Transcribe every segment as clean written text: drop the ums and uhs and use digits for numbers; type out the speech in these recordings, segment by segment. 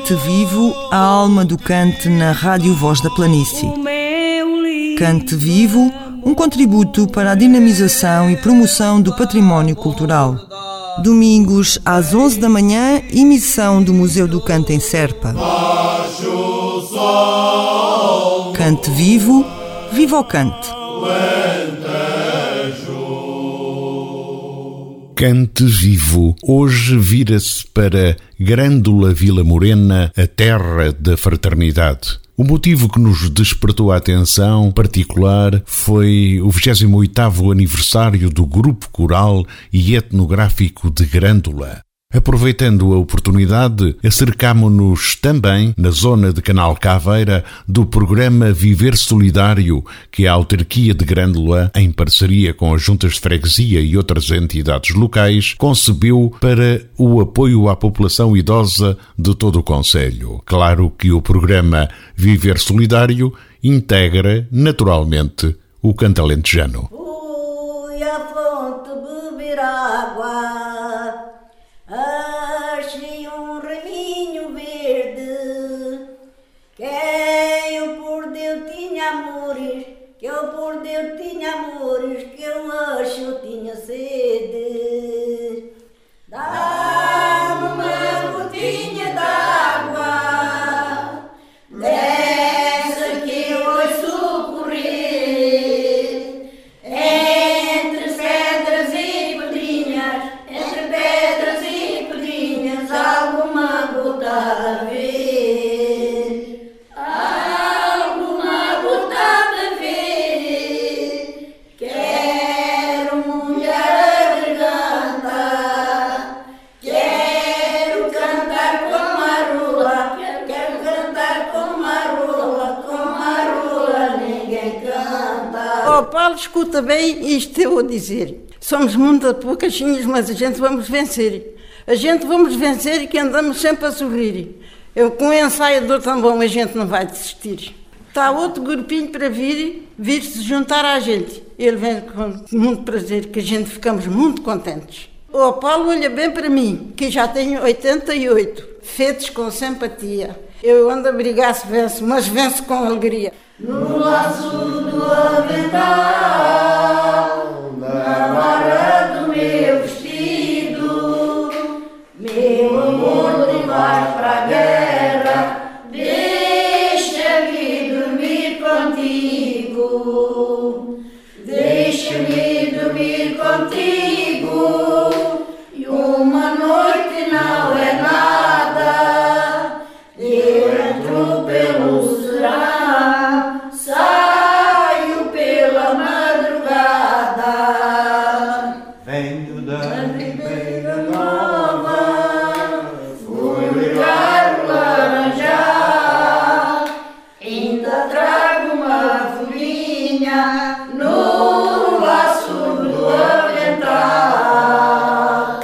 Cante Vivo, a alma do cante na Rádio Voz da Planície. Cante Vivo, um contributo para a dinamização e promoção do património cultural. Domingos às 11 da manhã, emissão do Museu do Canto em Serpa. Cante Vivo, viva o cante! Cante Vivo hoje vira-se para Grândola Vila Morena, a terra da fraternidade. O motivo que nos despertou a atenção particular foi o 28º aniversário do Grupo Coral e Etnográfico de Grândola. Aproveitando a oportunidade, acercámo-nos também, na zona de Canal Caveira, do programa Viver Solidário, que a autarquia de Grândola, em parceria com as juntas de freguesia e outras entidades locais, concebeu para o apoio à população idosa de todo o concelho. Claro que o programa Viver Solidário integra, naturalmente, o canto alentejano. Fui à fonte beber água, achei um raminho verde, que eu por Deus tinha amores, que eu acho tinha sede. Dá-me uma gotinha d'água, dessa que eu ouço correr, entre pedras e pedrinhas, alguma gota a ver, quero molhar a garganta, quero cantar como a rola, ninguém canta. Oh Paulo, escuta bem isto eu vou dizer. Somos muito pouquinhos, mas a gente vamos vencer. E que andamos sempre a sorrir. Eu com o ensaiador tão bom, a gente não vai desistir. Está outro grupinho para vir-se juntar à gente. Ele vem com muito prazer, que a gente ficamos muito contentes. Oh Paulo, olha bem para mim, que já tenho 88, feitos com simpatia. Eu ando a brigar se venço, mas venço com alegria. No laço do avental, na barra do meu vestido, meu amor, tu vais para a guerra, deixa-me dormir contigo, e uma noite não é nada, eu entro pelo serão, saio pela madrugada. Venho da Ribeira Nova, fui ligar o laranjal, ainda trago uma folhinha no laço do avental,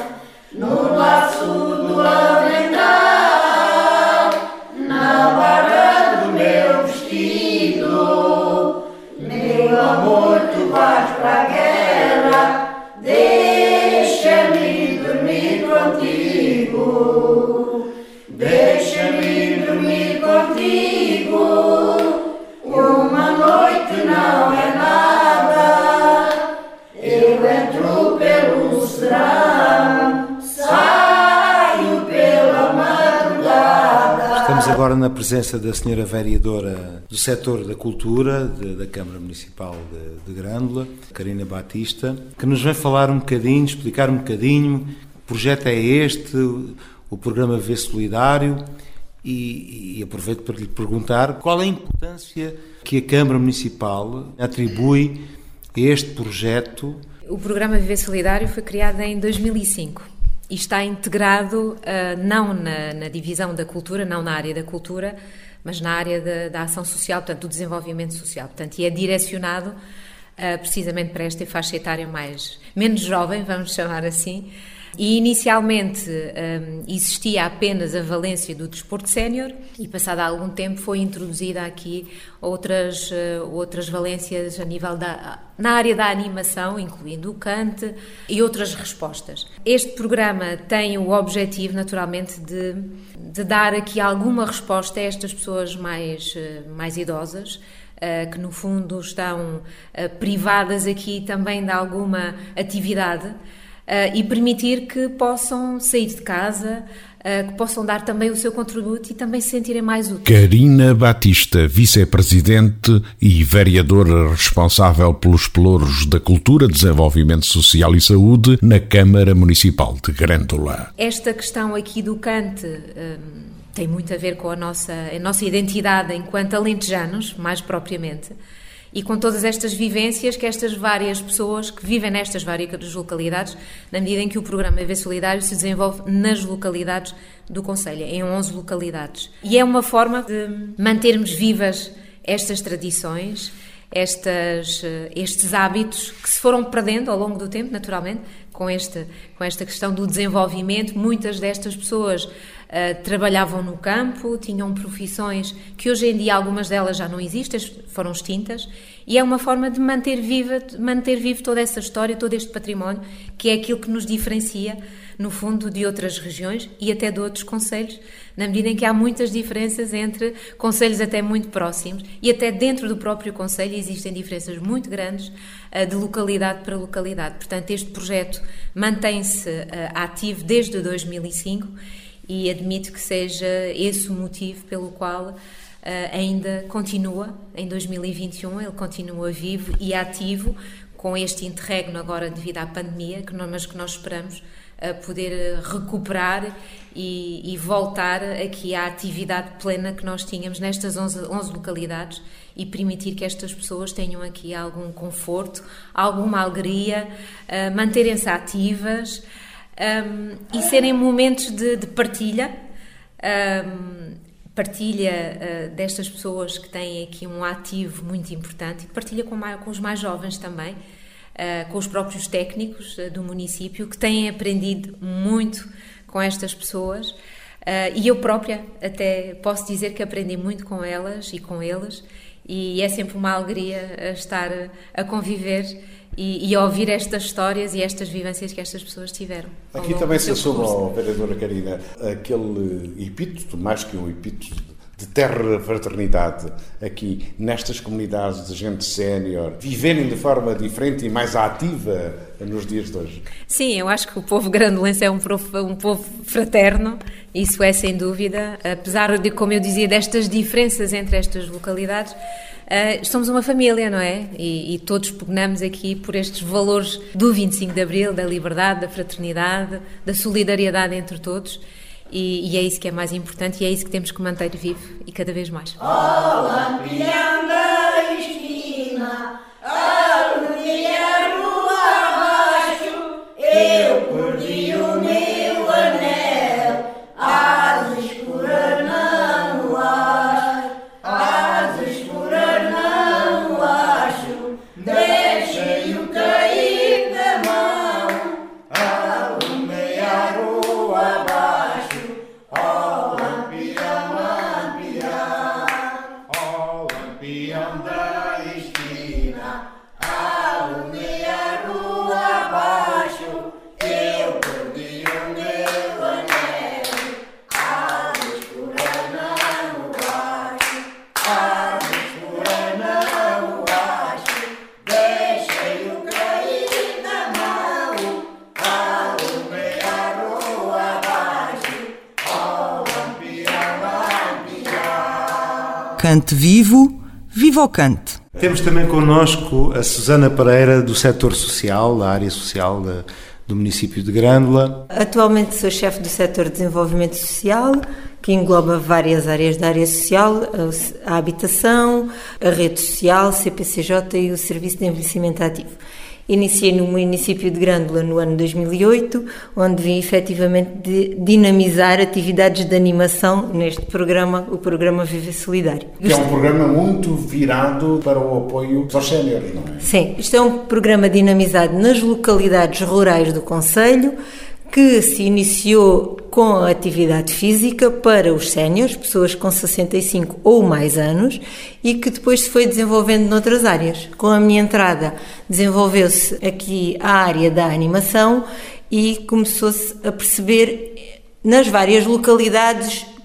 na barra do meu vestido, meu amor, tu vais para a guerra, deixa-me dormir contigo, uma noite não é nada, eu entro pelo serão, saio pela madrugada. Estamos agora na presença da senhora vereadora do setor da cultura da Câmara Municipal de Grândola, Carina Batista, que nos vem falar um bocadinho, explicar um bocadinho que projeto é este, o programa Viver Solidário, e aproveito para lhe perguntar qual é a importância que a Câmara Municipal atribui a este projeto. O programa Viver Solidário foi criado em 2005 e está integrado não na divisão da cultura, não na área da cultura, mas na área da ação social, portanto, do desenvolvimento social. Portanto, e é direcionado precisamente para esta faixa etária menos jovem, vamos chamar assim. E inicialmente existia apenas a valência do desporto sénior e passado algum tempo foi introduzida aqui outras valências a nível na área da animação, incluindo o cante e outras respostas. Este programa tem o objetivo, naturalmente, de de dar aqui alguma resposta a estas pessoas mais idosas, que no fundo estão privadas aqui também de alguma atividade, e permitir que possam sair de casa, que possam dar também o seu contributo e também se sentirem mais úteis. Carina Batista, vice-presidente e vereadora responsável pelos pelouros da Cultura, Desenvolvimento Social e Saúde na Câmara Municipal de Grândola. Esta questão aqui do cante tem muito a ver com a nossa identidade enquanto alentejanos, mais propriamente, e com todas estas vivências que estas várias pessoas que vivem nestas várias localidades, na medida em que o programa Viver Solidário se desenvolve nas localidades do concelho, em 11 localidades. E é uma forma de mantermos vivas estas tradições, estes hábitos que se foram perdendo ao longo do tempo, naturalmente, com esta questão do desenvolvimento. Muitas destas pessoas trabalhavam no campo, tinham profissões que hoje em dia algumas delas já não existem, foram extintas, e é uma forma de manter vivo toda essa história, todo este património, que é aquilo que nos diferencia, no fundo, de outras regiões e até de outros concelhos, na medida em que há muitas diferenças entre concelhos até muito próximos, e até dentro do próprio concelho existem diferenças muito grandes de localidade para localidade. Portanto, este projeto mantém-se ativo desde 2005, e admito que seja esse o motivo pelo qual ainda continua, em 2021, ele continua vivo e ativo, com este interregno agora devido à pandemia, mas que nós esperamos poder recuperar e voltar aqui à atividade plena que nós tínhamos nestas 11 localidades, e permitir que estas pessoas tenham aqui algum conforto, alguma alegria, manterem-se ativas, e serem momentos de partilha, destas pessoas que têm aqui um ativo muito importante, e partilha com os mais jovens também, com os próprios técnicos do município, que têm aprendido muito com estas pessoas, e eu própria até posso dizer que aprendi muito com elas e com eles, e é sempre uma alegria estar a conviver e a ouvir estas histórias e estas vivências que estas pessoas tiveram. Aqui também se assume, vereadora Carina, aquele epíteto, mais que um epíteto de terra fraternidade, aqui nestas comunidades de gente sénior, viverem de forma diferente e mais ativa nos dias de hoje. Sim, eu acho que o povo grandolense é um povo fraterno, isso é sem dúvida, apesar de, como eu dizia, destas diferenças entre estas localidades. Somos uma família, não é? E todos pugnamos aqui por estes valores do 25 de Abril, da liberdade, da fraternidade, da solidariedade entre todos, e é isso que é mais importante, e é isso que temos que manter vivo, e cada vez mais. Oh, lampião da esquina, a rua abaixo, eu perdi o meu anel, às escuras não acho, às escuras não acho, deixei-o cair da mão, arrumei a rua abaixo, ó lampião, lampião, ó lampião da esquina, arrumei a rua abaixo, eu perdi o meu anel, às escuras não acho, às escuras não acho, deixei-o cair da mão, arrumei a rua abaixo, ó lampião, lampião. Cante vivo, viva o cante. Temos também connosco a Susana Pereira, do setor social, da área social do município de Grândola. Atualmente sou chefe do setor de desenvolvimento social, que engloba várias áreas da área social, a habitação, a rede social, CPCJ e o Serviço de Envelhecimento Ativo. Iniciei no município de Grândola no ano 2008, onde vim efetivamente dinamizar atividades de animação neste programa, o programa Viver Solidário. Que é um programa muito virado para o apoio aos séniores, não é? Sim, isto é um programa dinamizado nas localidades rurais do concelho, que se iniciou com a atividade física para os séniores, pessoas com 65 ou mais anos, e que depois se foi desenvolvendo noutras áreas. Com a minha entrada, desenvolveu-se aqui a área da animação e começou-se a perceber nas várias localidades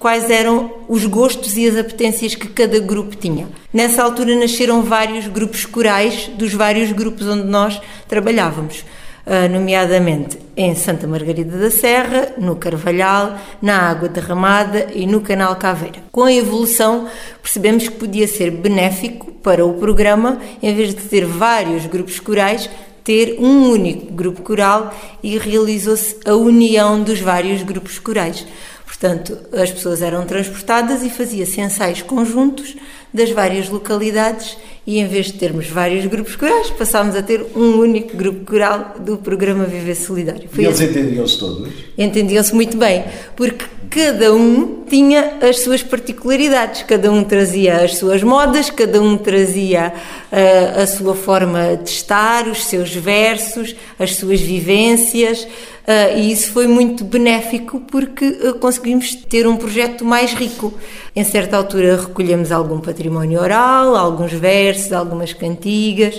quais eram os gostos e as apetências que cada grupo tinha. Nessa altura nasceram vários grupos corais dos vários grupos onde nós trabalhávamos, nomeadamente em Santa Margarida da Serra, no Carvalhal, na Água Derramada e no Canal Caveira. Com a evolução percebemos que podia ser benéfico para o programa, em vez de ter vários grupos corais, ter um único grupo coral, e realizou-se a união dos vários grupos corais. Portanto, as pessoas eram transportadas e fazia-se ensaios conjuntos das várias localidades, e em vez de termos vários grupos corais, passámos a ter um único grupo coral do programa Viver Solidário. E eles entendiam-se todos? Entendiam-se muito bem, porque cada um tinha as suas particularidades, cada um trazia as suas modas, cada um trazia a sua forma de estar, os seus versos, as suas vivências, e isso foi muito benéfico porque conseguimos ter um projeto mais rico. Em certa altura recolhemos algum património oral, alguns versos, algumas cantigas.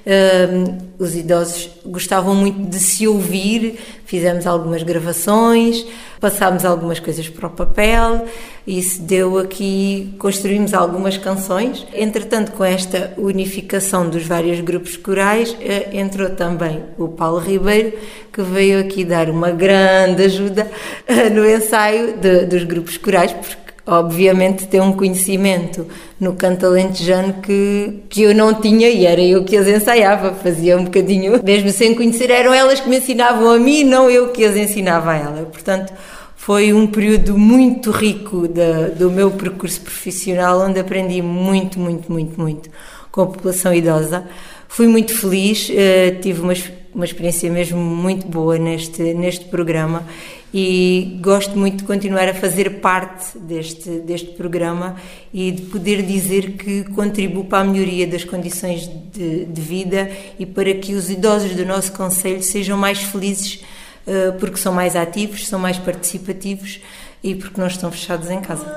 Os idosos gostavam muito de se ouvir, fizemos algumas gravações, passámos algumas coisas para o papel, e isso deu aqui, construímos algumas canções. Entretanto, com esta unificação dos vários grupos corais, entrou também o Paulo Ribeiro, que veio aqui dar uma grande ajuda no ensaio dos grupos corais, porque obviamente tem um conhecimento no canto alentejano que eu não tinha, e era eu que as ensaiava, fazia um bocadinho, mesmo sem conhecer, eram elas que me ensinavam a mim, não eu que as ensinava a ela. Portanto, foi um período muito rico do meu percurso profissional, onde aprendi muito com a população idosa. Fui muito feliz, tive uma experiência mesmo muito boa neste programa, e gosto muito de continuar a fazer parte deste programa e de poder dizer que contribuo para a melhoria das condições de vida e para que os idosos do nosso concelho sejam mais felizes, porque são mais ativos, são mais participativos e porque não estão fechados em casa.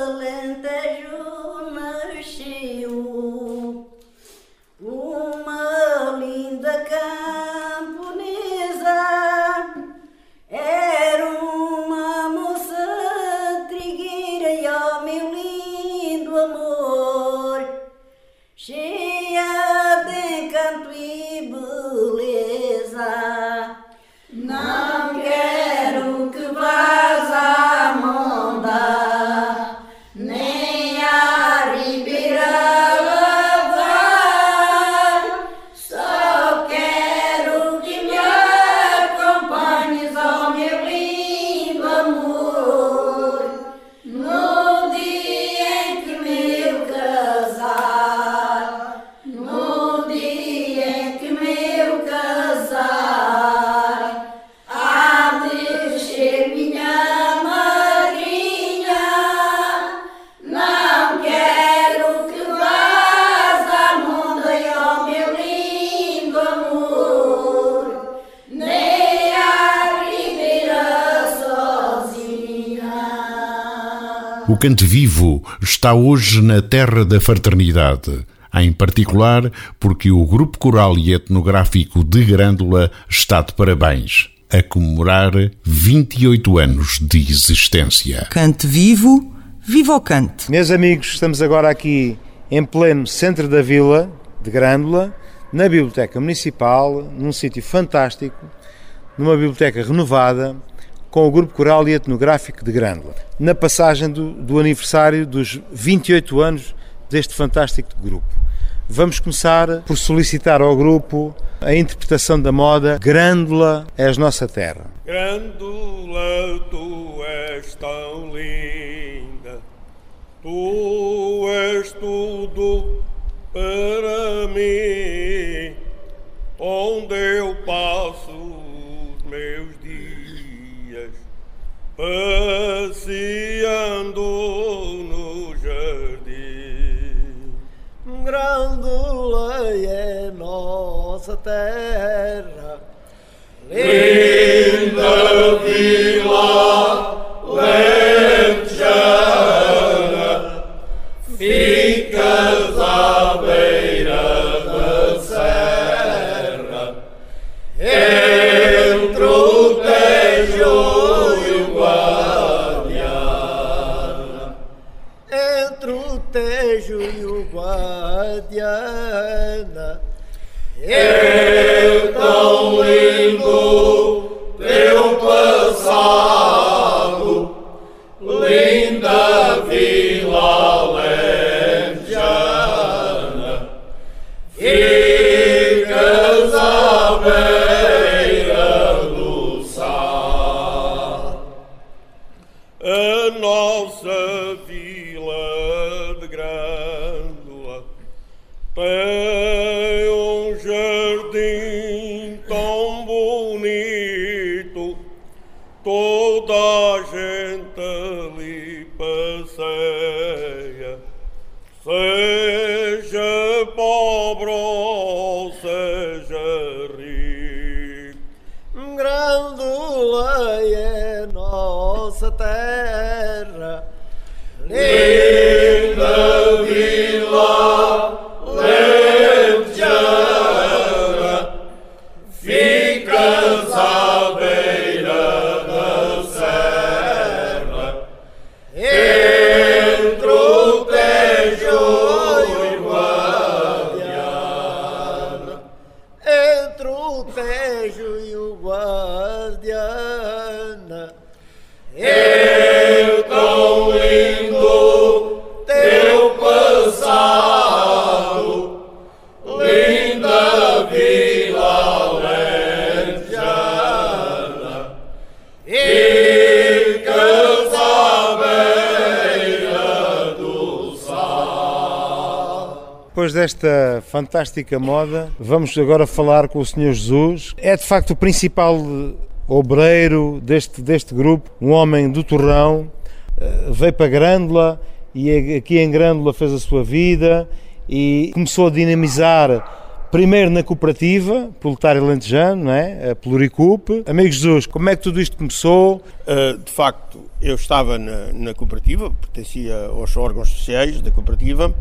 Uma linda camponesa, era uma moça trigueira, e ó meu lindo amor, cheia de encanto e beleza. Não quero que vás à monda, nem à ribeira lavar, só quero que me acompanhes, ó meu lindo amor, no dia em que meu casar, no dia em que meu casar. O Cante Vivo está hoje na terra da fraternidade, em particular porque o Grupo Coral e Etnográfico de Grândola está de parabéns, a comemorar 28 anos de existência. Cante Vivo, viva o cante! Meus amigos, estamos agora aqui em pleno centro da vila de Grândola, na Biblioteca Municipal, num sítio fantástico, numa biblioteca renovada, com o Grupo Coral e Etnográfico de Grândola, na passagem do aniversário dos 28 anos deste fantástico grupo. Vamos começar por solicitar ao grupo a interpretação da moda Grândola és nossa terra. Grândola, tu és tão linda, tu és tudo para mim, onde eu passo os meus dias passeando no jardim. Grândola é nossa terra, linda vila lentejana, ficas à beira da serra, entre o Tejo e o Guadiana. Guadiana. É tão lindo teu passado, linda vila alentejana. Ficas à beira do sal. A nossa vila de Grândola tem um jardim tão bonito, toda a gente ali passeia, seja pobre ou seja rico. Grândola é nossa terra, Linda vila alentejana, ficas à beira da serra, entre o Tejo e o Guadiana. entre o Tejo e o Guadiana. É tão lindo teu passado, linda vila alentejana. Ficas à beira do sal. Depois desta fantástica moda, vamos agora falar com o Sr. Jesus. É de facto o principal obreiro deste grupo, um homem do Torrão, veio para Grândola e aqui em Grândola fez a sua vida e começou a dinamizar primeiro na cooperativa Proletário Alentejano, não é? A Pluricup. Amigo Jesus, como é que tudo isto começou? De facto, eu estava na cooperativa, pertencia aos órgãos sociais da cooperativa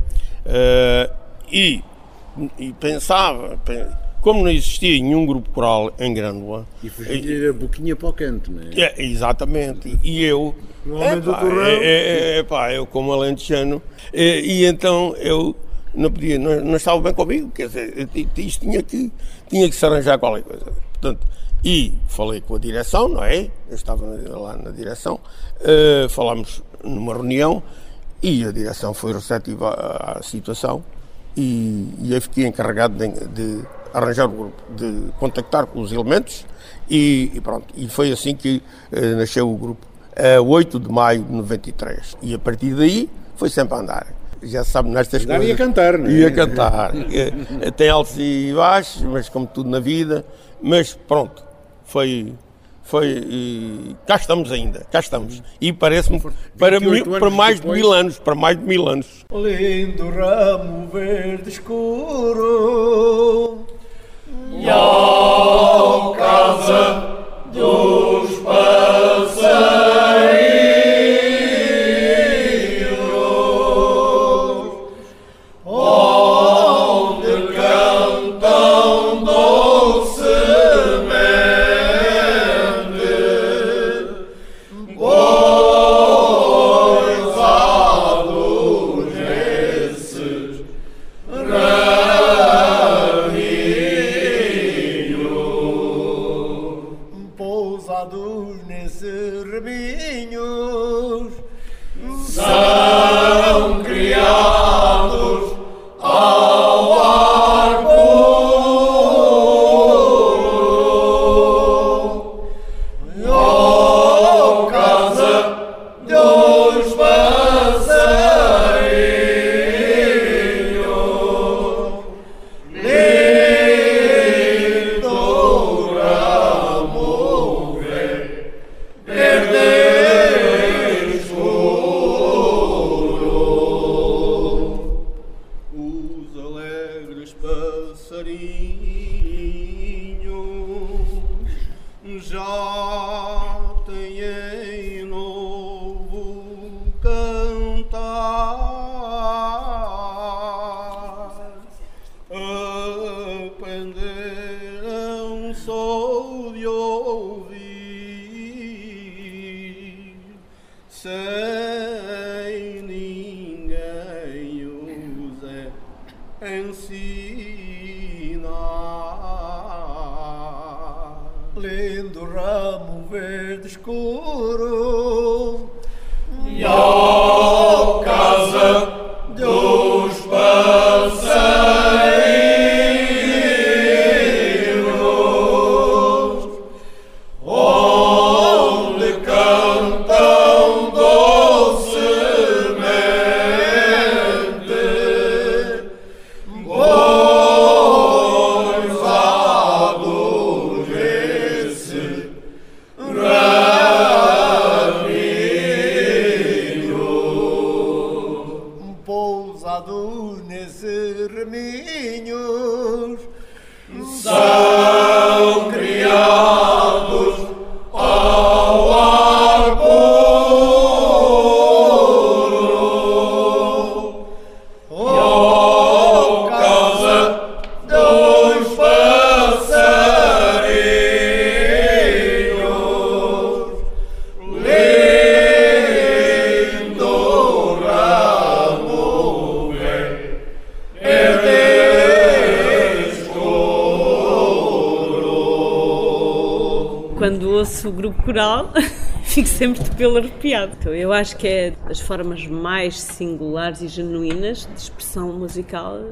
e pensava, como não existia nenhum grupo coral em Grândola... E fugir a boquinha para o canto, não é? Exatamente. E eu... Um homem do Torrão. Eu como alentejano. E então eu não podia... Não estava bem comigo, quer dizer, isto tinha que se arranjar qualquer coisa. Portanto, e falei com a direção, não é? Eu estava lá na direção, falámos numa reunião e a direção foi receptiva à situação e eu fiquei encarregado de arranjar o grupo, de contactar com os elementos e pronto. E foi assim que nasceu o grupo, a 8 de maio de 93. E a partir daí foi sempre a andar. Já se sabe nestas coisas. Ia cantar, não é? Ia cantar. Tem altos e baixos, mas como tudo na vida. Mas pronto, foi cá estamos ainda, cá estamos. E parece-me para mais de 1000 anos, para mais de 1000 anos. Lindo ramo verde escuro, E ao casa dos passarinhos, onde cantam docemente gozados nesses pousados nesses rebanhos, são criados ao ar puro. Oh, casa dos passarinhos, lindo ramo verde escuro. Os alegres passarinhos já têm novo cantar, aprenderam só de ouvir, sem ninguém os escuro. E a casa dos passarinhos, onde cantam docemente, pois adorece pousados nesses reminhos, são criados ao ar puro, oh, casa dos passarinhos, lindo ramo verde escuro. Quando ouço o grupo coral, fico sempre de pelo arrepiado. Então, eu acho que é das formas mais singulares e genuínas de expressão musical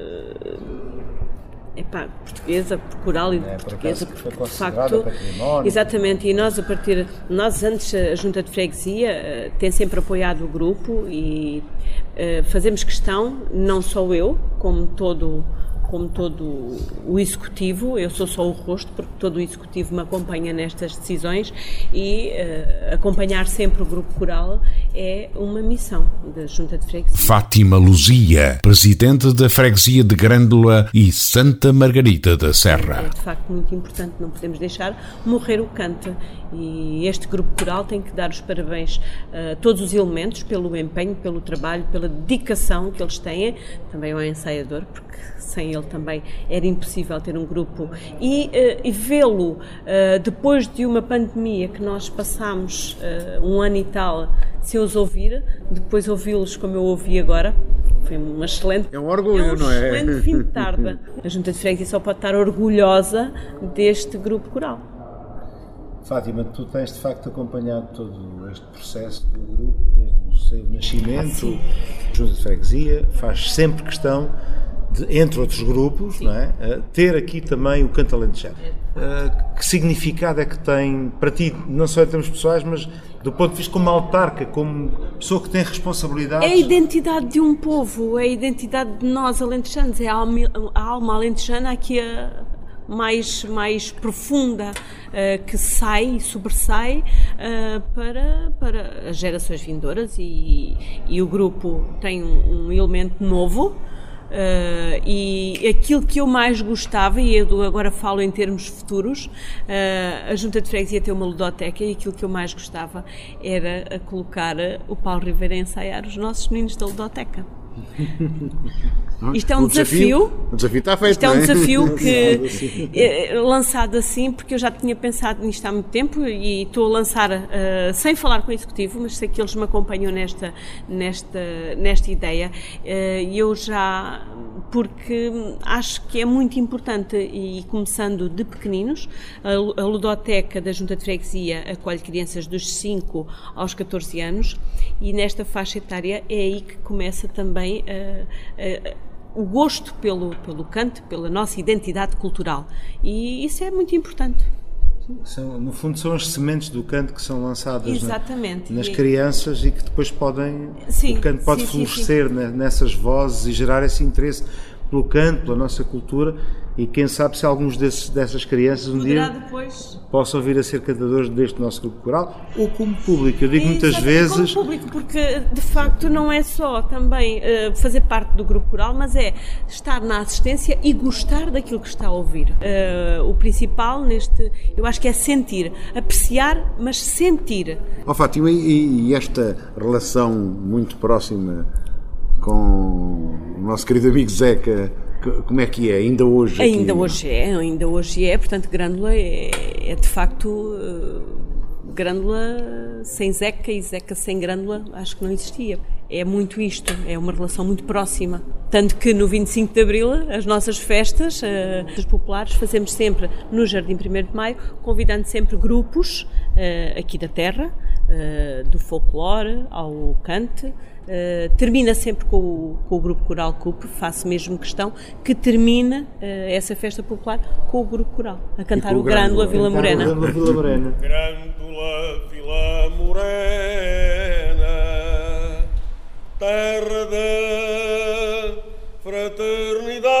portuguesa, coral e portuguesa, porque de facto, exatamente, e nós antes a Junta de Freguesia tem sempre apoiado o grupo e fazemos questão, não só eu, como todo o Executivo, eu sou só o rosto, porque todo o Executivo me acompanha nestas decisões e acompanhar sempre o Grupo Coral é uma missão da Junta de Freguesia. Fátima Luzia, Presidente da Freguesia de Grândola e Santa Margarida da Serra. É de facto muito importante, não podemos deixar morrer o canto e este Grupo Coral tem que dar os parabéns a todos os elementos pelo empenho, pelo trabalho, pela dedicação que eles têm, também ao ensaiador, porque sem ele também era impossível ter um grupo e vê-lo depois de uma pandemia que nós passámos um ano e tal sem os ouvir, depois ouvi-los como eu ouvi agora, foi uma excelente... É um orgulho, não é? Excelente fim de tarde. A Junta de Freguesia só pode estar orgulhosa deste grupo coral. Fátima, tu tens de facto acompanhado todo este processo do grupo, desde o seu nascimento, a Junta de Freguesia faz sempre questão de, entre outros grupos, não é? Ter aqui também o canto alentejano. Que significado é que tem para ti, não só em termos pessoais, mas do ponto de vista como autarca, como pessoa que tem responsabilidades? É a identidade de um povo, é a identidade de nós alentejanos, é a alma alentejana aqui mais profunda que sai e sobressai para as gerações vindouras e o grupo tem um elemento novo. E aquilo que eu mais gostava, e eu agora falo em termos futuros, a Junta de Freguesia tem uma ludoteca e aquilo que eu mais gostava era colocar o Paulo Ribeiro a ensaiar os nossos meninos da ludoteca. Isto é um desafio. O desafio está feito. Isto é um desafio que lançado assim, porque eu já tinha pensado nisto há muito tempo e estou a lançar sem falar com o Executivo, mas sei que eles me acompanham nesta ideia. Eu já, porque acho que é muito importante, e começando de pequeninos, a ludoteca da Junta de Freguesia acolhe crianças dos 5 aos 14 anos e nesta faixa etária é aí que começa também o gosto pelo canto, pela nossa identidade cultural, e isso é muito importante. No fundo são as sementes do canto que são lançadas nas e crianças e que depois podem, sim, o canto pode florescer nessas vozes e gerar esse interesse pelo canto, pela nossa cultura, e quem sabe se alguns dessas crianças um dia possam vir a ser cantadores deste nosso grupo coral, ou como público. Eu digo muitas vezes... Como público, porque de facto não é só também fazer parte do grupo coral, mas é estar na assistência e gostar daquilo que está a ouvir. O principal eu acho que é sentir, apreciar, mas sentir. Fátima, e esta relação muito próxima com o nosso querido amigo Zeca, como é que é? Ainda hoje? Ainda hoje é, portanto, Grândola é de facto Grândola sem Zeca e Zeca sem Grândola, acho que não existia. É muito isto, é uma relação muito próxima. Tanto que no 25 de Abril, as nossas festas populares, fazemos sempre no Jardim 1º de Maio, convidando sempre grupos aqui da terra, do folclore ao cante. Termina sempre com o grupo coral CUP, faço mesmo questão que termina essa festa popular com o grupo coral, a cantar o Grândola Vila Morena. Grândola Vila Morena, terra da fraternidade,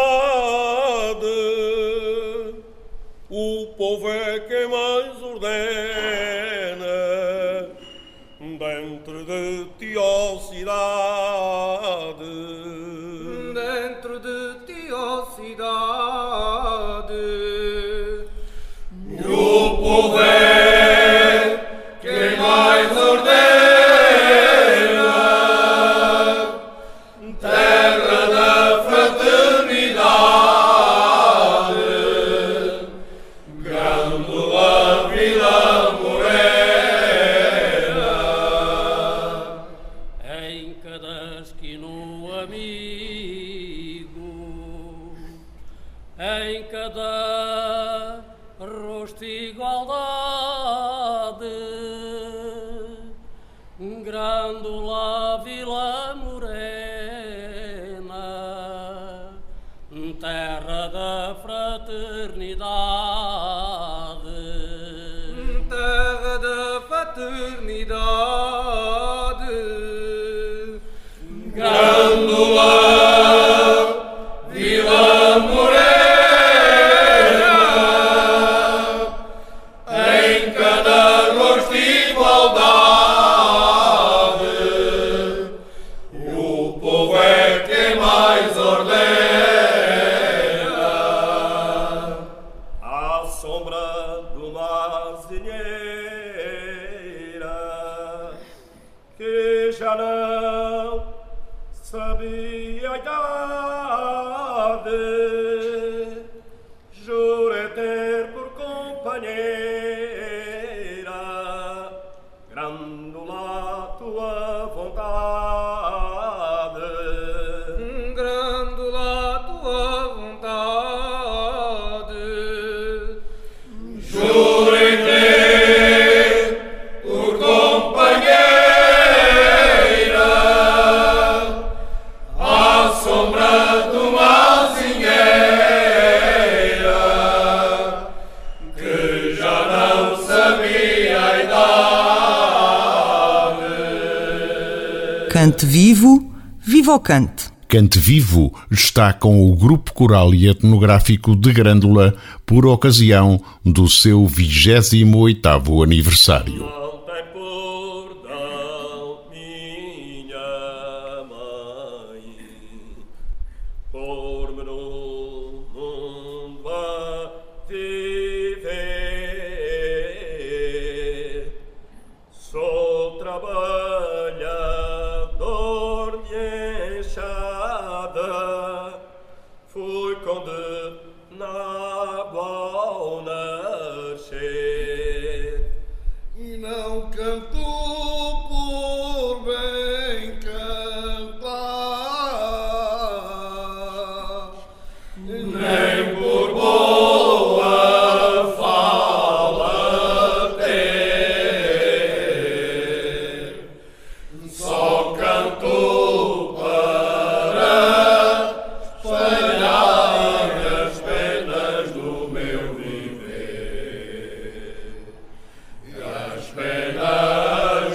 o povo é quem mais ordena, dentro de ti, ó cidade, dentro de ti, ó cidade, o povo é quem mais ordena, terra da fraternidade, Grândola Vila Morena, em cada esquina amigo, em cada rosto igualdade, Grândola Vila Morena, terra da fraternidade, terra da fraternidade, Grândola Vila Morena, em cada rosto igualdade, o povo é quem mais ordena, à sombra de uma azinheira que já não sabia a idade, jurei ter por companheira Grândola tua vontade, Grândola tua vontade, jurei ter por companheira à sombra de uma azinheira que já não sabia a idade. Cante vivo, viva o cante. Cante Vivo está com o Grupo Coral e Etnográfico de Grândola por ocasião do seu 28º aniversário. Não tem perdão, minha mãe, por-me no mundo a viver. Sou trabalhador de enxada, fui condenado ao nascer. E não canto por bem cantar, nem por boa fala ter, só canto para espalhar as penas do meu viver. As penas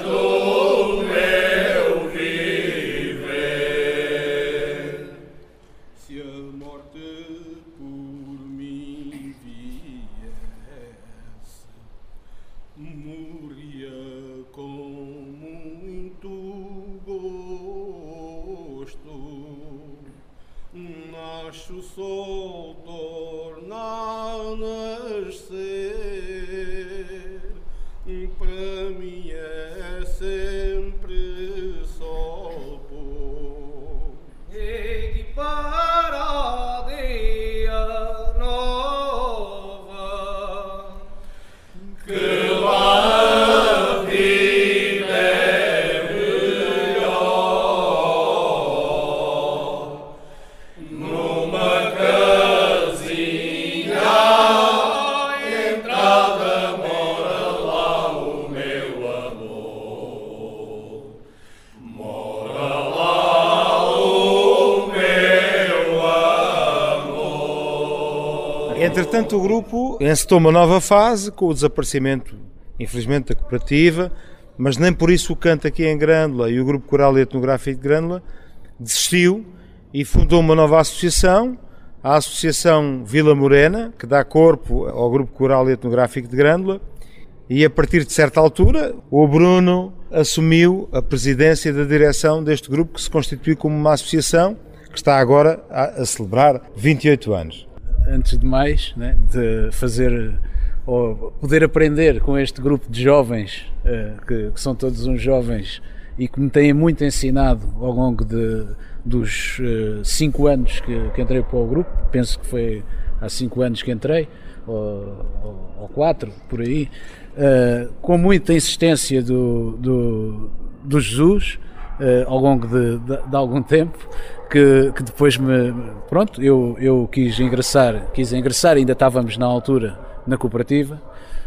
Entretanto, o grupo encetou uma nova fase com o desaparecimento, infelizmente, da cooperativa, mas nem por isso o canto aqui em Grândola e o Grupo Coral e Etnográfico de Grândola desistiu e fundou uma nova associação, a Associação Vila Morena, que dá corpo ao Grupo Coral e Etnográfico de Grândola, e a partir de certa altura o Bruno assumiu a presidência da direção deste grupo, que se constituiu como uma associação que está agora a celebrar 28 anos. Antes de mais, né, de fazer ou poder aprender com este grupo de jovens, que são todos uns jovens e que me têm muito ensinado ao longo dos 5 anos que entrei para o grupo. Penso que foi há 5 anos que entrei, ou 4, por aí, com muita insistência do Jesus, ao longo de algum tempo, que depois pronto, eu quis ingressar, ainda estávamos na altura na cooperativa,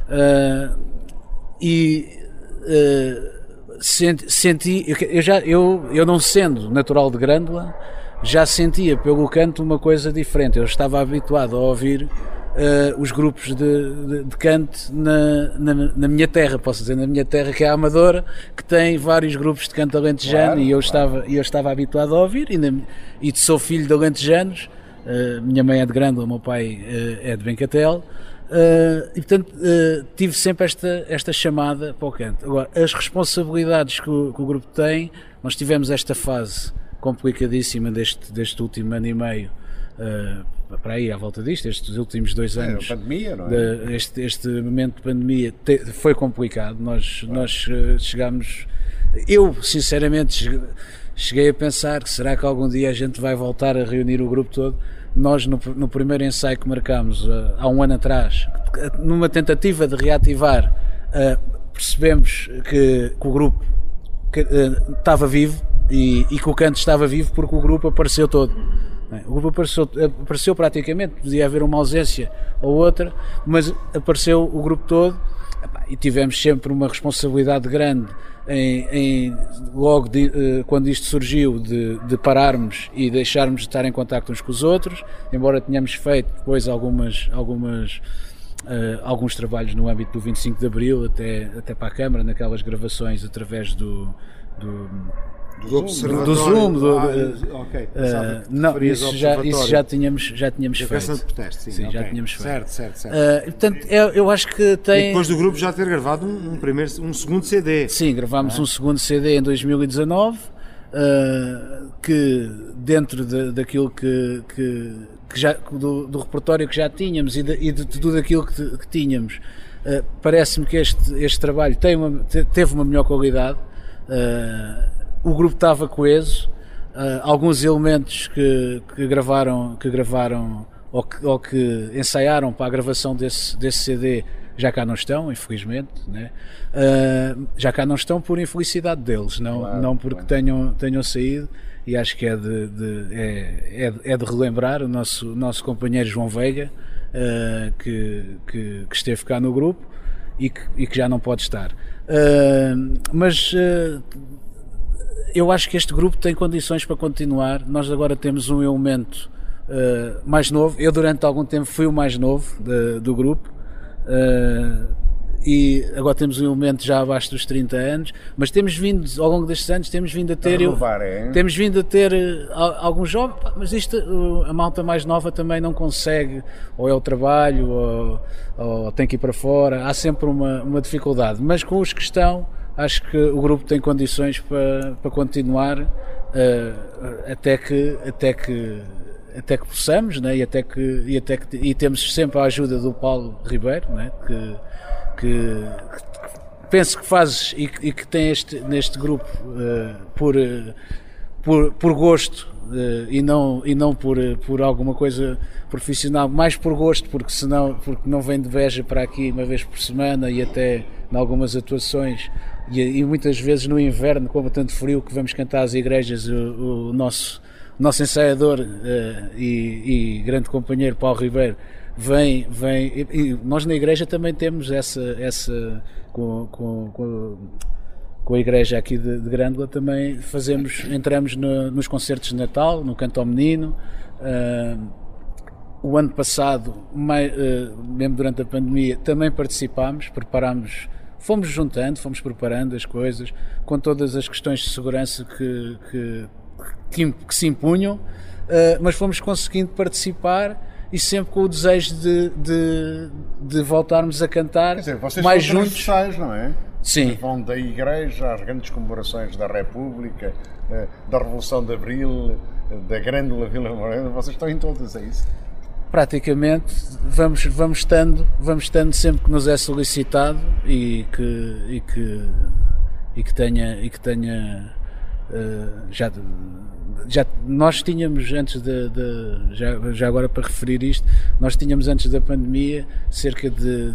senti, eu não sendo natural de Grândola, já sentia pelo canto uma coisa diferente. Eu estava habituado a ouvir os grupos de canto na minha terra, posso dizer, na minha terra, que é a Amadora, que tem vários grupos de canto alentejano, claro, e eu estava habituado a ouvir, e sou filho de alentejanos. Minha mãe é de Grândola, meu pai é de Bencatel, e portanto tive sempre esta chamada para o canto. Agora, as responsabilidades que o grupo tem, nós tivemos esta fase complicadíssima deste último ano e meio, para aí à volta disto, estes últimos 2 anos, pandemia, não é? Este momento de pandemia foi complicado. Nós chegámos, eu sinceramente cheguei a pensar que será que algum dia a gente vai voltar a reunir o grupo todo. Nós no primeiro ensaio que marcámos há 1 ano atrás, numa tentativa de reativar, percebemos que o grupo estava vivo e que o canto estava vivo, porque o grupo apareceu todo. O grupo apareceu praticamente, podia haver uma ausência ou outra, mas apareceu o grupo todo, e tivemos sempre uma responsabilidade grande logo quando isto surgiu, de pararmos e deixarmos de estar em contacto uns com os outros, embora tenhamos feito depois alguns trabalhos no âmbito do 25 de Abril, até para a Câmara, naquelas gravações através do Zoom, não, isso já tínhamos feito. Protesto, sim, já tínhamos feito. Certo. Portanto, eu acho que tem... E depois do grupo já ter gravado um segundo CD. Sim, gravámos um segundo CD em 2019, que dentro daquilo que já, do repertório que já tínhamos e de tudo aquilo que tínhamos, parece-me que este trabalho teve uma melhor qualidade. O grupo estava coeso, alguns elementos que gravaram ou que ensaiaram para a gravação desse CD já cá não estão, infelizmente, né? Já cá não estão por infelicidade deles, não porque tenham saído, e acho que é de relembrar o nosso companheiro João Veiga, que esteve cá no grupo e que já não pode estar. Mas eu acho que este grupo tem condições para continuar. Nós agora temos um elemento mais novo. Eu durante algum tempo fui o mais novo do grupo, e agora temos um elemento já abaixo dos 30 anos, mas temos vindo, ao longo destes anos, temos vindo a ter alguns jovens, mas a malta mais nova também não consegue, ou é o trabalho, ou tem que ir para fora. Há sempre uma dificuldade, mas com os que estão, acho que o grupo tem condições para continuar, até que possamos, né? e temos sempre a ajuda do Paulo Ribeiro, né? que penso que fazes e que tem neste grupo por gosto, e não por alguma coisa profissional, mais por gosto, porque não vem de Beja para aqui uma vez por semana, e até em algumas atuações, e muitas vezes no inverno, com tanto frio, que vamos cantar às igrejas. O nosso ensaiador e grande companheiro Paulo Ribeiro vem, e nós na igreja também temos essa com a igreja aqui de Grândola, também entramos nos concertos de Natal, no Canto ao Menino, O ano passado, mesmo durante a pandemia, também participámos, preparámos, fomos juntando, fomos preparando as coisas, com todas as questões de segurança que se impunham, mas fomos conseguindo participar e sempre com o desejo de voltarmos a cantar. Quer dizer, vocês mais são juntos, não é? Sim. Vão da Igreja às grandes comemorações da República, da Revolução de Abril, da Grândola Vila Morena, vocês estão em todas, é isso? Praticamente vamos estando sempre que nos é solicitado e que tenha já nós tínhamos antes já agora para referir isto, nós tínhamos antes da pandemia cerca de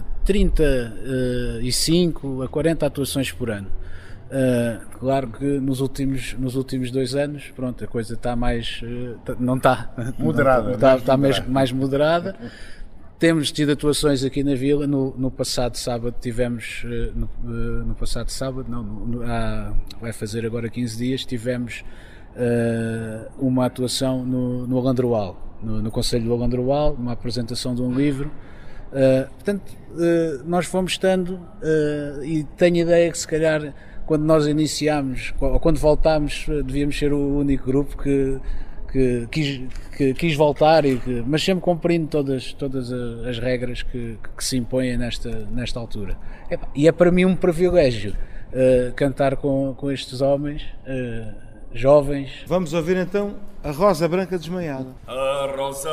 35 a 40 atuações por ano. Claro que nos últimos 2 anos, pronto, a coisa está mais não está moderada, está mais moderada. Temos tido atuações aqui na Vila. No passado sábado tivemos no passado sábado vai fazer agora 15 dias, tivemos uma atuação no Alandroal, no Conselho do Alandroal, uma apresentação de um livro. Portanto, nós fomos estando e tenho ideia que se calhar quando nós iniciámos, ou quando voltámos, devíamos ser o único grupo que quis voltar, mas sempre cumprindo todas as regras que se impõem nesta altura. E é para mim um privilégio cantar com estes homens jovens. Vamos ouvir então a Rosa Branca Desmaiada. A rosa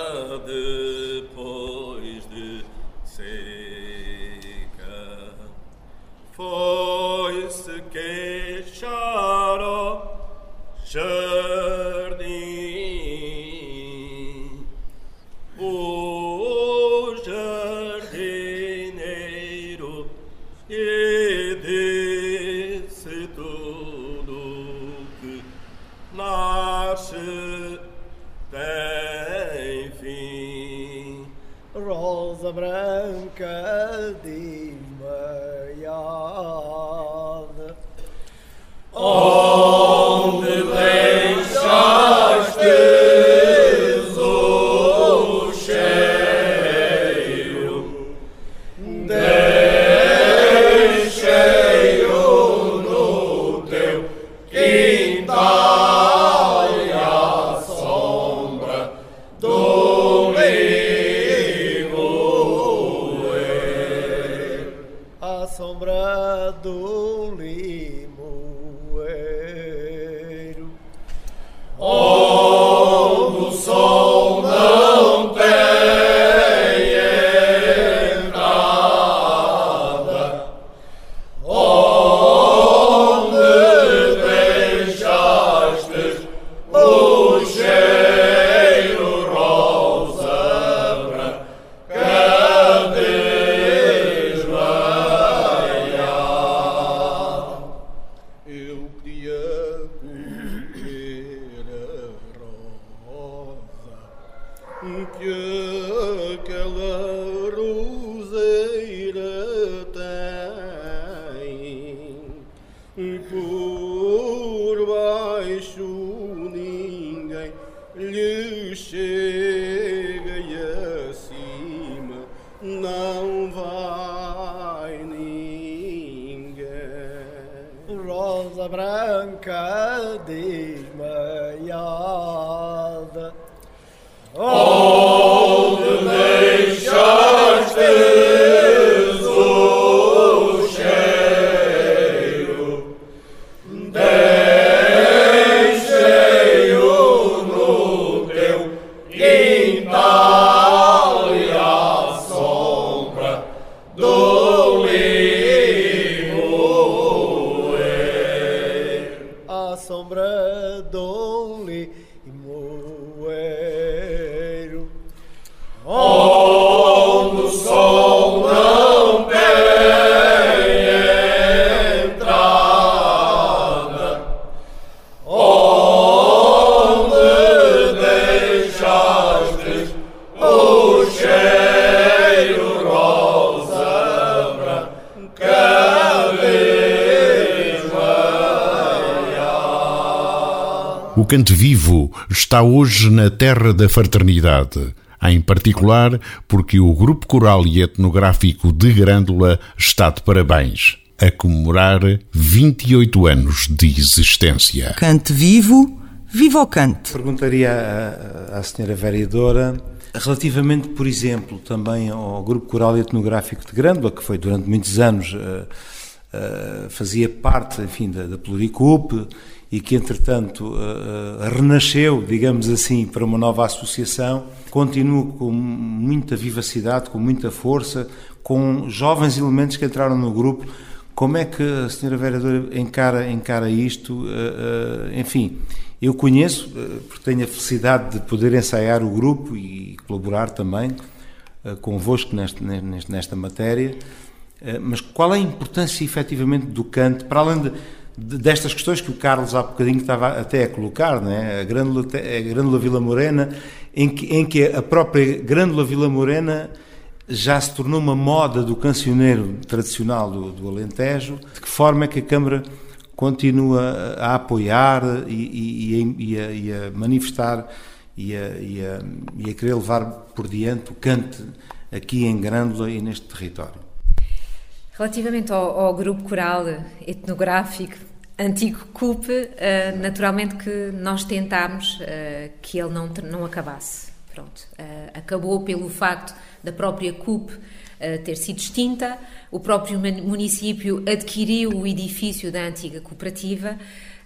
depois de seca foi-se queixar ao jardim. O jardineiro e disse tudo que nasce tem fim. Rosa branca desmaiada, onde deixaste o cheiro, deixei-o no teu quintal e à sombra do limoeiro, à sombra do limoeiro. Onde o sol não tem entrada, onde deixaste o cheiro, rosa branca desmaiada. Eu queria comer a rosa que aquela roseira tem, por baixo ninguém lhe chega e acima não vai ninguém. Rosa branca desmaiada, onde deixaste o cheiro, deixei-o no teu quintal e à sombra do limoeiro, à sombra do limoeiro. onde o sol não tem entrada, onde deixaste o cheiro, rosa branca desmaiada. O Canto Vivo está hoje na terra da fraternidade, em particular porque o Grupo Coral e Etnográfico de Grândola está de parabéns, a comemorar 28 anos de existência. Cante vivo, viva o cante. Perguntaria à senhora vereadora, relativamente, por exemplo, também ao Grupo Coral e Etnográfico de Grândola, que foi durante muitos anos, fazia parte, enfim, da Pluricup, e que, entretanto, renasceu, digamos assim, para uma nova associação, continua com muita vivacidade, com muita força, com jovens elementos que entraram no grupo. Como é que a senhora vereadora encara isto? Enfim, eu conheço, porque tenho a felicidade de poder ensaiar o grupo e colaborar também convosco nesta matéria, mas qual é a importância, efetivamente, do cante, para além destas questões que o Carlos há bocadinho estava até a colocar, não é? A Grândola Vila Morena, em que a própria Grândola Vila Morena já se tornou uma moda do cancioneiro tradicional do Alentejo. De que forma é que a Câmara continua a apoiar e a manifestar e a querer levar por diante o cante aqui em Grândola e neste território? Relativamente ao Grupo Coral Etnográfico, antigo CUP, naturalmente que nós tentámos que ele não acabasse. Pronto. Acabou pelo facto da própria CUP ter sido extinta, o próprio município adquiriu o edifício da antiga cooperativa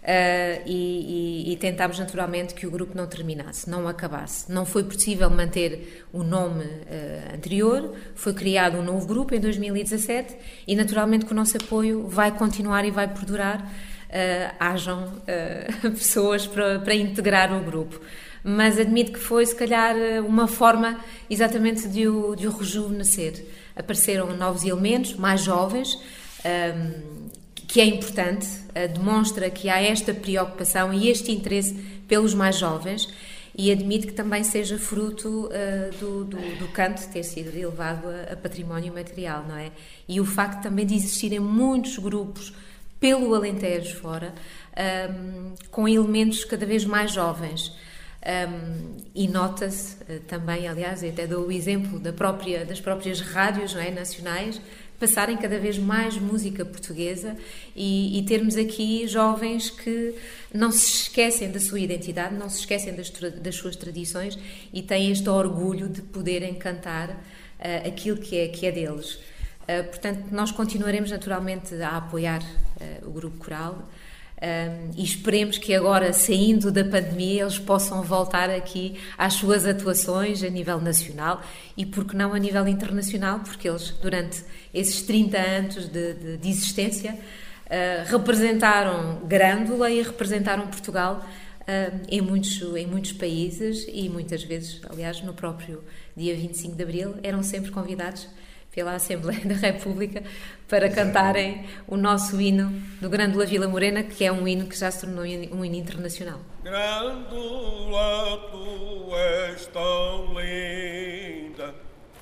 e tentámos naturalmente que o grupo não terminasse, não acabasse. Não foi possível manter o nome anterior, foi criado um novo grupo em 2017 e naturalmente que o nosso apoio vai continuar e vai perdurar, hajam pessoas para integrar o grupo. Mas admito que foi, se calhar, uma forma exatamente de o rejuvenescer. Apareceram novos elementos, mais jovens, que é importante, demonstra que há esta preocupação e este interesse pelos mais jovens, e admito que também seja fruto do canto ter sido elevado a património material, não é? E o facto também de existirem muitos grupos pelo Alentejo fora, com elementos cada vez mais jovens. E nota-se também, aliás, eu até dou o exemplo das próprias rádios, não é, nacionais, passarem cada vez mais música portuguesa e termos aqui jovens que não se esquecem da sua identidade, não se esquecem das suas tradições e têm este orgulho de poderem cantar aquilo que é deles. Portanto, nós continuaremos naturalmente a apoiar o Grupo Coral. E esperemos que agora, saindo da pandemia, eles possam voltar aqui às suas atuações a nível nacional e, porque não, a nível internacional, porque eles, durante esses 30 anos de existência, representaram Grândola e representaram Portugal em muitos países e muitas vezes, aliás, no próprio dia 25 de Abril, eram sempre convidados pela Assembleia da República para cantarem o nosso hino do Grândola Vila Morena, que é um hino que já se tornou um hino internacional. Grândola, tu és tão linda,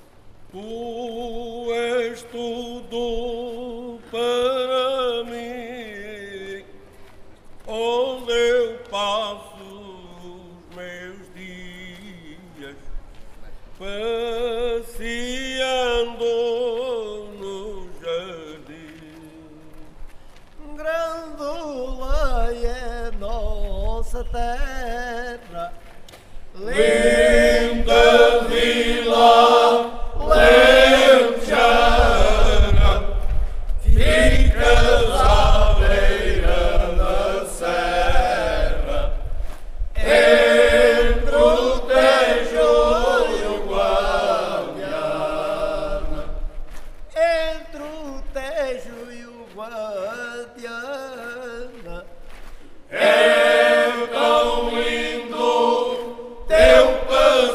tu és tudo para mim, onde eu passo os meus dias, passeando no jardim. Grândola é nossa terra, linda vila lentejana, ficas à beira da serra, entre o Tejo e o Guadiana, entre o Tejo e o Guadiana. É tão lindo teu país.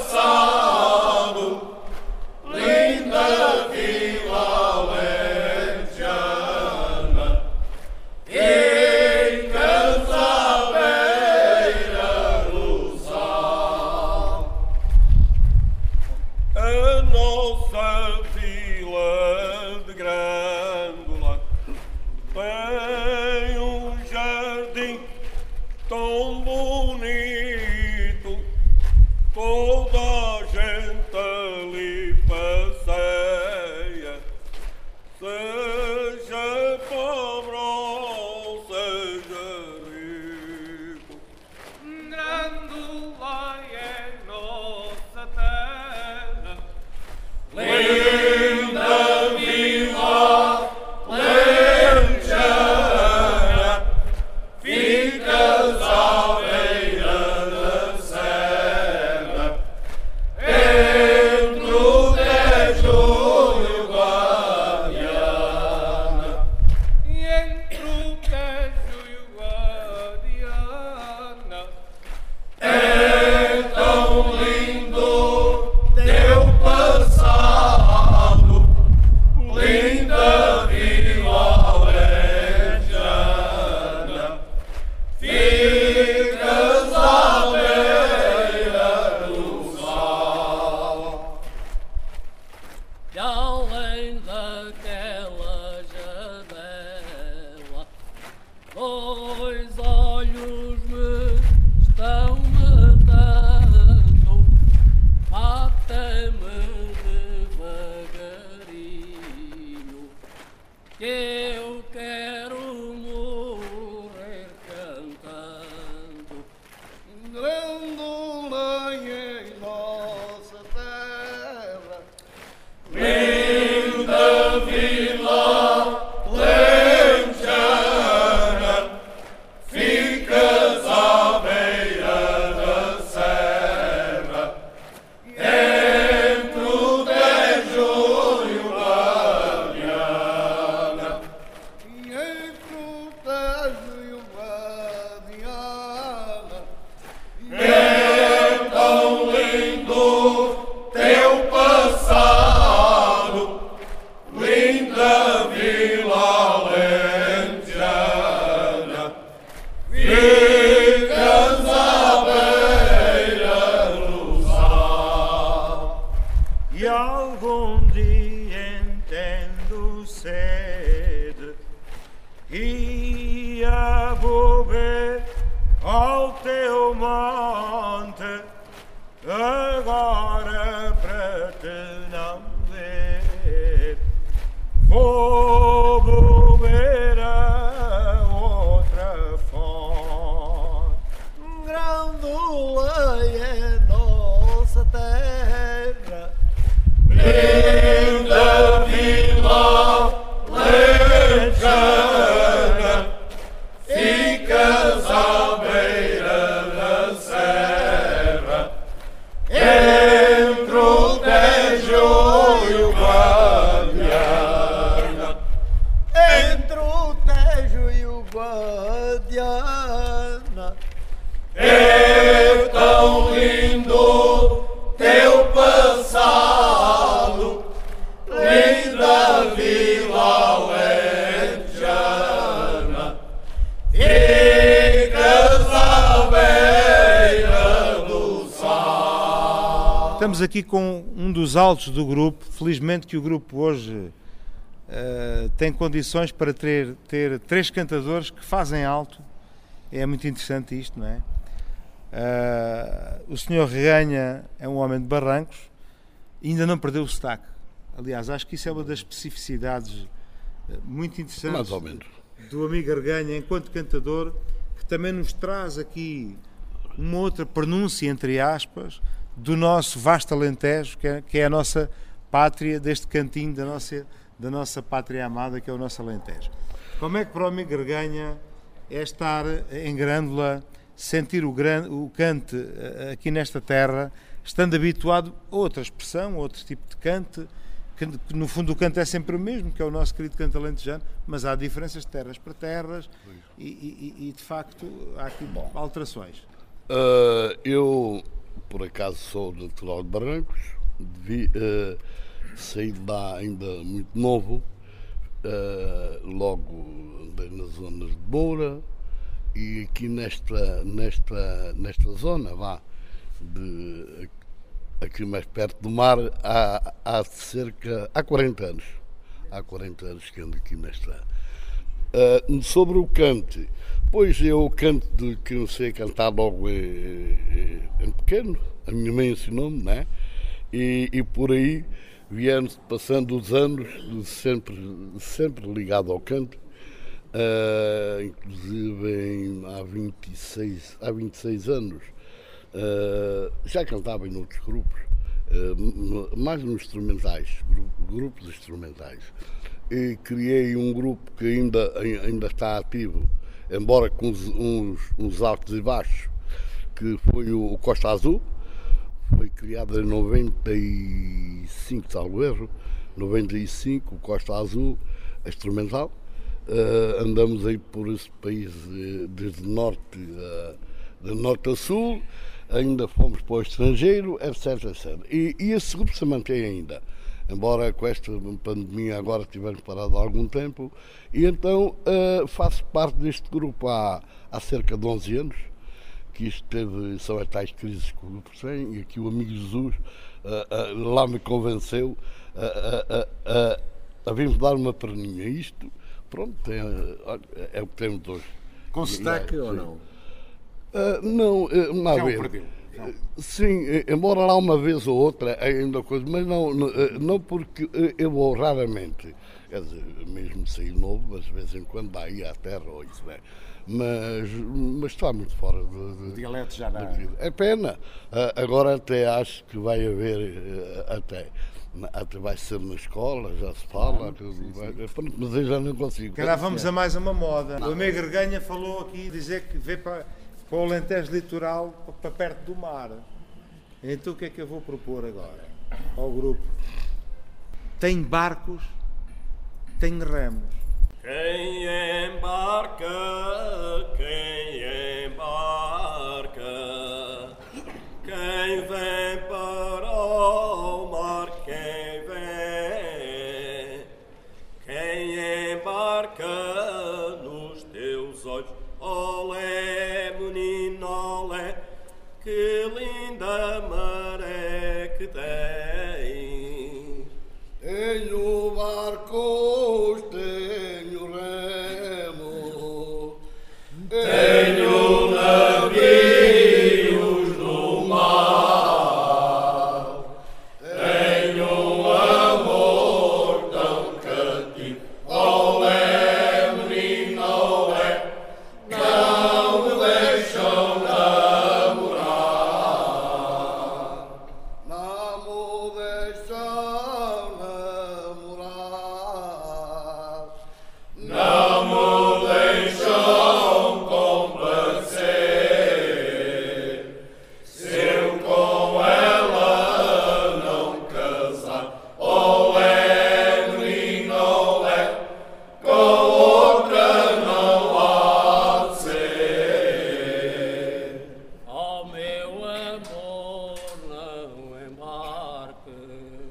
Dois olhos me estão matando, mata-me devagarinho, que eu quero morrer cantando. Grândola em nossa terra, linda vila lentejana, ficas à beira da serra, entre o Tejo e o Guadiana, entre o Tejo e o Guadiana. É tão lindo teu passado, linda vila lentejana, ficas à beira do sal. E algum dia entendo sede, ia beber ao teu monte, agora para te não ver, vou beber a outra fonte. Grândola é nossa terra, Linda vila lentejana, ficas à beira da serra, entre o Tejo e o Guadiana, entre o Tejo e o Guadiana. é tão lindo teu passado, linda vila lentejana, ficas à beira do sal. Estamos aqui com um dos altos do grupo. Felizmente que o grupo hoje tem condições para ter 3 cantadores que fazem alto. É muito interessante isto, não é? O senhor Reganha é um homem de Barrancos, ainda não perdeu o sotaque. Aliás, acho que isso é uma das especificidades muito interessantes, Mais ou menos, do amigo Reganha enquanto cantador, que também nos traz aqui uma outra pronúncia, entre aspas, do nosso vasto Alentejo, que é a nossa pátria, deste cantinho da nossa pátria amada, que é o nosso Alentejo. Como é que para o amigo Reganha é estar em Grândola, sentir o cante aqui nesta terra, estando habituado a outra expressão, a outro tipo de cante, que no fundo o canto é sempre o mesmo, que é o nosso querido canto alentejano, mas há diferenças de terras para terras e de facto há aqui alterações. eu, por acaso, sou natural de Barrancos, saí de lá ainda muito novo, logo andei nas zonas de Moura, e aqui nesta zona, aqui mais perto do mar, há 40 anos. Há 40 anos que ando aqui nesta. Sobre o cante, pois eu canto que não sei cantar logo em pequeno, a minha mãe ensinou-me, né? E por aí viemos passando os anos, sempre ligado ao canto. Inclusive há 26 anos já cantava em outros grupos, mais nos instrumentais, grupos instrumentais, e criei um grupo que ainda está ativo, embora com uns altos e baixos, que foi o Costa Azul. Foi criado em 95, salvo erro, 95, o Costa Azul, instrumental. Andamos aí por esse país desde norte a sul, ainda fomos para o estrangeiro, etc. E esse grupo se mantém ainda, embora com esta pandemia agora tivemos parado há algum tempo, e então faço parte deste grupo há cerca de 11 anos, que isto são as tais crises que o grupo tem, e aqui o amigo Jesus lá me convenceu a vir-me dar uma perninha. Isto, pronto, é o que temos hoje. Com sotaque ou não? Não, uma Já vez. o perdeu. Sim, embora lá uma vez ou outra ainda coisa, mas não porque eu vou raramente, quer dizer, mesmo sair novo, mas de vez em quando dá aí à terra ou isso, né? Mas está muito fora O dialeto já dá. é pena. Agora até acho que vai haver, até vai ser na escola, já se fala, mas eu já não consigo. Calhar vamos a mais uma moda. O amigo Reganha falou aqui, dizer que veio para o Alentejo Litoral, para perto do mar. Então o que é que eu vou propor agora ao grupo? Tem barcos, tem remos. Quem embarca, quem vem para o mar, quem embarca nos teus olhos, olé, menino, olé, que linda maré que tens. Tenho barcos, tenho remo, tenho navios no mar, tenho amor tão cativo, olé, menino, olé, não me deixam namorar. não me deixam namorar. Não me deixam complacer, se eu com ela não casar, olé, menino, olé, com outra não há de ser. Oh, meu amor, não embarque,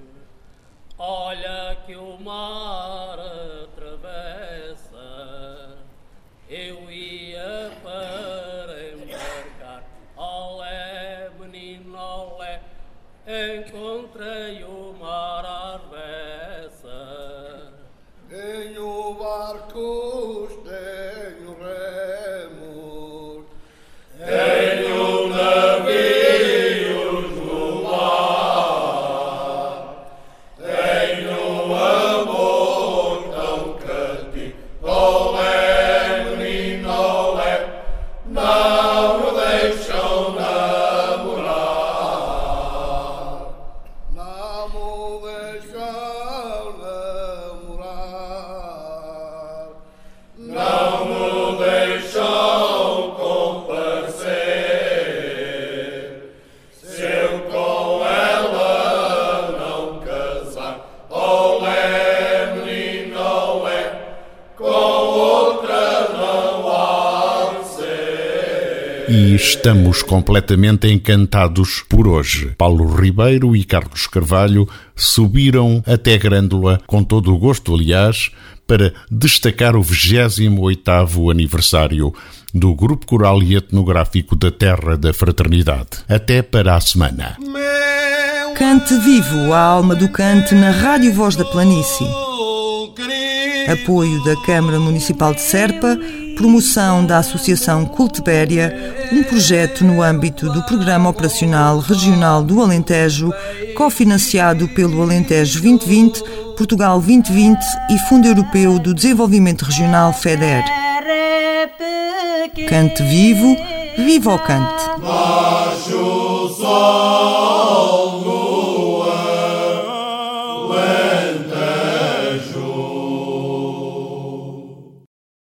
olha que o mar atravessa, eu ia para embarcar, olé, menino, olé, encontrei o mar à avessa. Tenho barcos, tenho remos, Tenho navios no mar, tenho amor tão cativo, olé, menino, olé, não me deixam namorar. não me deixam namorar. Não me deixam comparecer, se eu com ela não casar, olé, menino, olé, com outra não há de ser. E estamos completamente encantados por hoje. Paulo Ribeiro e Carlos Carvalho subiram até Grândola, com todo o gosto, aliás, para destacar o 28º aniversário do Grupo Coral e Etnográfico da Terra da Fraternidade. Até para a semana. Cante vivo a alma do cante na Rádio Voz da Planície. Apoio da Câmara Municipal de Serpa, promoção da Associação Cultibéria, um projeto no âmbito do Programa Operacional Regional do Alentejo, cofinanciado pelo Alentejo 2020, Portugal 2020 e Fundo Europeu do Desenvolvimento Regional FEDER. Cante vivo, viva o cante! Baixo o sol.